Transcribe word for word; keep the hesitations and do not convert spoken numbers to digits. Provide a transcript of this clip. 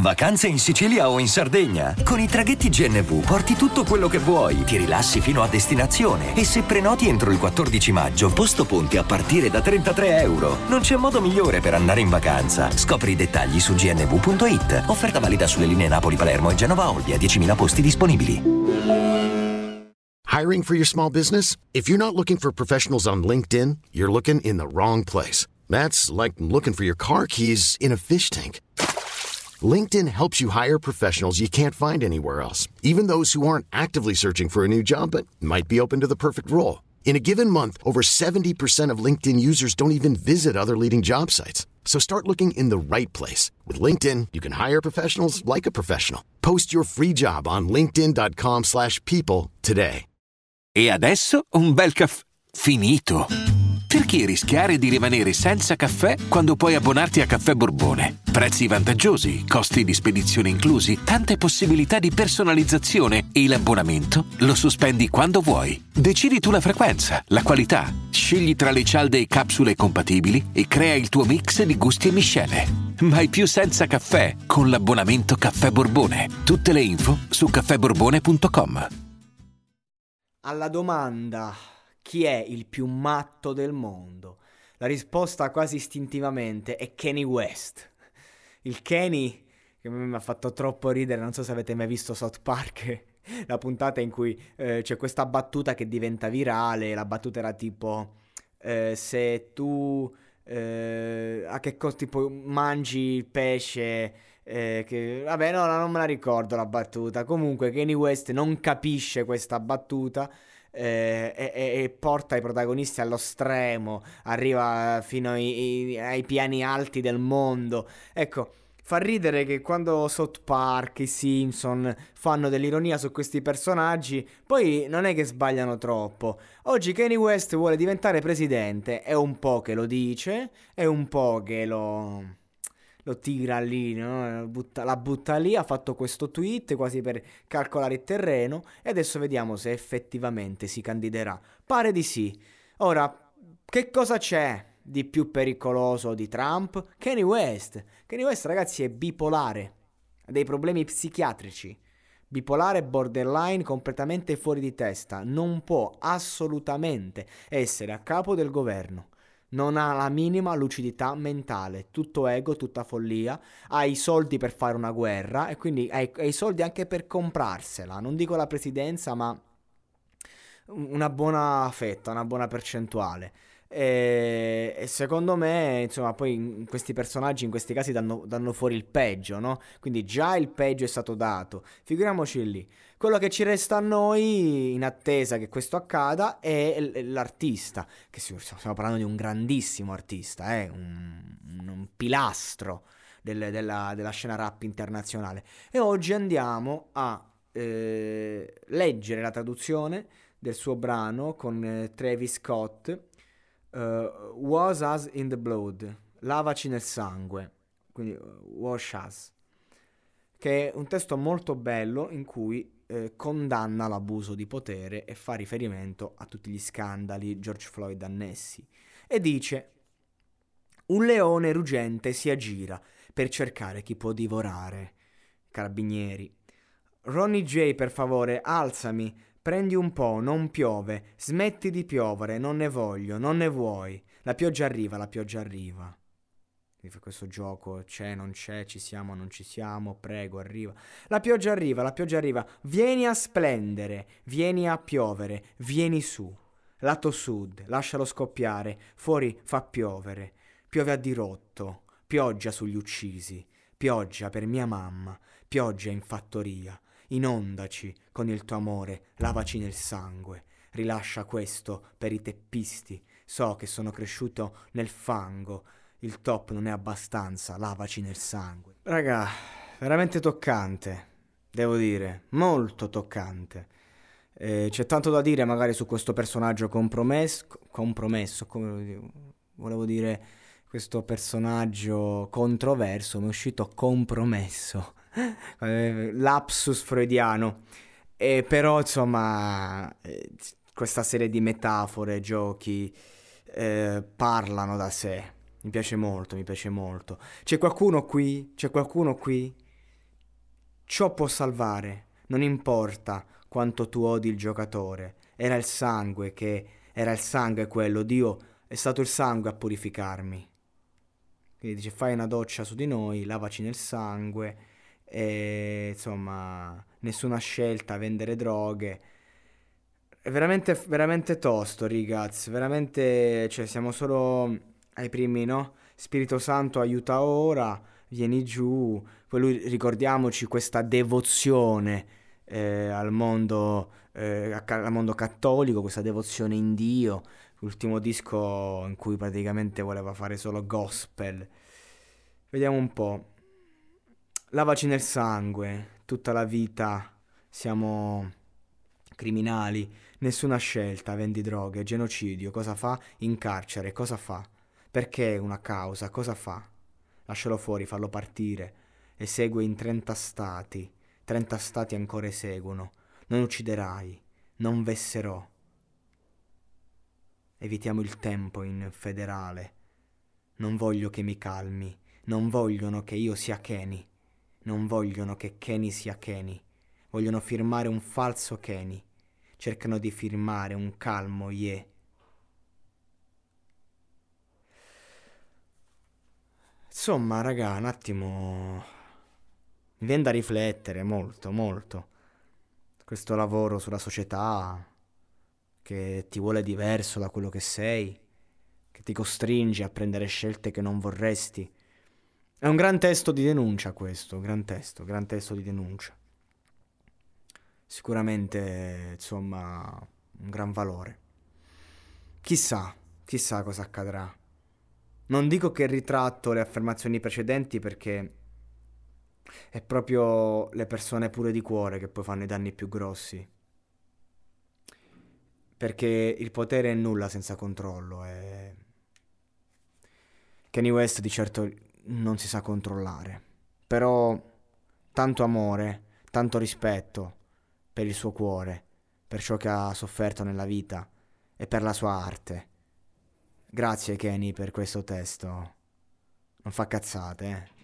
Vacanze in Sicilia o in Sardegna? Con i traghetti G N V porti tutto quello che vuoi, ti rilassi fino a destinazione e se prenoti entro il quattordici maggio, posto ponti a partire da trentatré euro. Non c'è modo migliore per andare in vacanza. Scopri i dettagli su g n v punto i t. Offerta valida sulle linee Napoli-Palermo e Genova-Olbia, diecimila posti disponibili. Hiring for your small business? If you're not looking for professionals on LinkedIn, you're looking in the wrong place. That's like looking for your car keys in a fish tank. LinkedIn helps you hire professionals you can't find anywhere else, even those who aren't actively searching for a new job but might be open to the perfect role. In a given month, over seventy percent of LinkedIn users don't even visit other leading job sites. So start looking in the right place. With LinkedIn, you can hire professionals like a professional. Post your free job on linkedin dot com slash people today. E adesso un bel caffè finito. Perché rischiare di rimanere senza caffè quando puoi abbonarti a Caffè Borbone? Prezzi vantaggiosi, costi di spedizione inclusi, tante possibilità di personalizzazione e l'abbonamento lo sospendi quando vuoi. Decidi tu la frequenza, la qualità, scegli tra le cialde e capsule compatibili e crea il tuo mix di gusti e miscele. Mai più senza caffè con l'abbonamento Caffè Borbone. Tutte le info su caffè borbone punto com. Alla domanda: chi è il più matto del mondo? La risposta quasi istintivamente è Kanye West. Il Kanye, che mi ha fatto troppo ridere, non so se avete mai visto South Park, la puntata in cui eh, c'è questa battuta che diventa virale. La battuta era tipo eh, se tu eh, a che cosa tipo mangi il pesce eh, che, vabbè no, no non me la ricordo la battuta. Comunque Kanye West non capisce questa battuta Eh, e, e, e porta i protagonisti allo stremo, arriva fino ai, ai piani alti del mondo. Ecco, fa ridere che quando South Park, i Simpson fanno dell'ironia su questi personaggi, poi non è che sbagliano troppo. Oggi Kanye West vuole diventare presidente, è un po' che lo dice, è un po' che lo... lo tira lì, no? Butta, la butta lì, ha fatto questo tweet quasi per calcolare il terreno e adesso vediamo se effettivamente si candiderà. Pare di sì. Ora, che cosa c'è di più pericoloso di Trump? Kanye West. Kanye West, ragazzi, è bipolare, ha dei problemi psichiatrici. Bipolare, borderline, completamente fuori di testa. Non può assolutamente essere a capo del governo. Non ha la minima lucidità mentale, tutto ego, tutta follia, ha i soldi per fare una guerra e quindi ha i, ha i soldi anche per comprarsela, non dico la presidenza ma una buona fetta, una buona percentuale. E, e secondo me, insomma, poi questi personaggi in questi casi danno, danno fuori il peggio, no? Quindi già il peggio è stato dato, figuriamoci lì. Quello che ci resta a noi, in attesa che questo accada, è l'artista, che stiamo parlando di un grandissimo artista, eh? un, un pilastro del, della, della scena rap internazionale. E oggi andiamo a eh, leggere la traduzione del suo brano con eh, Travis Scott, uh, Was Us in the Blood, lavaci nel sangue, quindi uh, Wash Us, che è un testo molto bello in cui eh, condanna l'abuso di potere e fa riferimento a tutti gli scandali George Floyd annessi e dice: un leone ruggente si aggira per cercare chi può divorare. Carabinieri. Ronnie J, per favore, alzami, prendi un po', non piove, smetti di piovere, non ne voglio, non ne vuoi. La pioggia arriva, la pioggia arriva. Questo gioco c'è, non c'è, ci siamo, non ci siamo, prego, arriva. La pioggia arriva, la pioggia arriva. Vieni a splendere, vieni a piovere, vieni su. Lato sud, lascialo scoppiare, fuori fa piovere. Piove a dirotto, pioggia sugli uccisi, pioggia per mia mamma, pioggia in fattoria. Inondaci con il tuo amore, lavaci nel sangue. Rilascia questo per i teppisti. So che sono cresciuto nel fango. Il top non è abbastanza, lavaci nel sangue. Raga, veramente toccante, devo dire, molto toccante. Eh, c'è tanto da dire magari su questo personaggio compromesso, compromesso, come volevo dire, questo personaggio controverso, mi è uscito compromesso, eh, lapsus freudiano. E però insomma, eh, questa serie di metafore, giochi, eh, parlano da sé. Mi piace molto, mi piace molto. C'è qualcuno qui? C'è qualcuno qui Ciò può salvare, non importa quanto tu odi il giocatore. Era il sangue che... Era il sangue quello, Dio è stato il sangue a purificarmi. Quindi dice fai una doccia su di noi, lavaci nel sangue e insomma nessuna scelta, vendere droghe. È veramente, veramente tosto, ragazzi, veramente, cioè siamo solo ai primi, no? Spirito Santo aiuta ora, vieni giù, poi lui, ricordiamoci questa devozione eh, al mondo, eh, al mondo cattolico, questa devozione in Dio, l'ultimo disco in cui praticamente voleva fare solo gospel. Vediamo un po'. Lavaci nel sangue, tutta la vita siamo criminali, nessuna scelta, vendi droghe, genocidio, cosa fa? In carcere, cosa fa? Perché una causa, cosa fa? Lascialo fuori, fallo partire. Esegue in trenta stati, trenta stati ancora eseguono. Non ucciderai, non vesserò. Evitiamo il tempo in federale. Non voglio che mi calmi, non vogliono che io sia Kenny. Non vogliono che Kenny sia Kenny. Vogliono firmare un falso Kenny. Cercano di firmare un calmo Ye. Insomma, raga, un attimo... Mi viene da riflettere molto, molto. Questo lavoro sulla società che ti vuole diverso da quello che sei, che ti costringe a prendere scelte che non vorresti. È un gran testo di denuncia questo, gran testo, gran testo di denuncia. Sicuramente, insomma, un gran valore. Chissà, chissà cosa accadrà. Non dico che ritratto le affermazioni precedenti perché è proprio le persone pure di cuore che poi fanno i danni più grossi. Perché il potere è nulla senza controllo e Kanye West di certo non si sa controllare. Però tanto amore, tanto rispetto per il suo cuore, per ciò che ha sofferto nella vita e per la sua arte. Grazie Kenny per questo testo. Non fa cazzate, eh.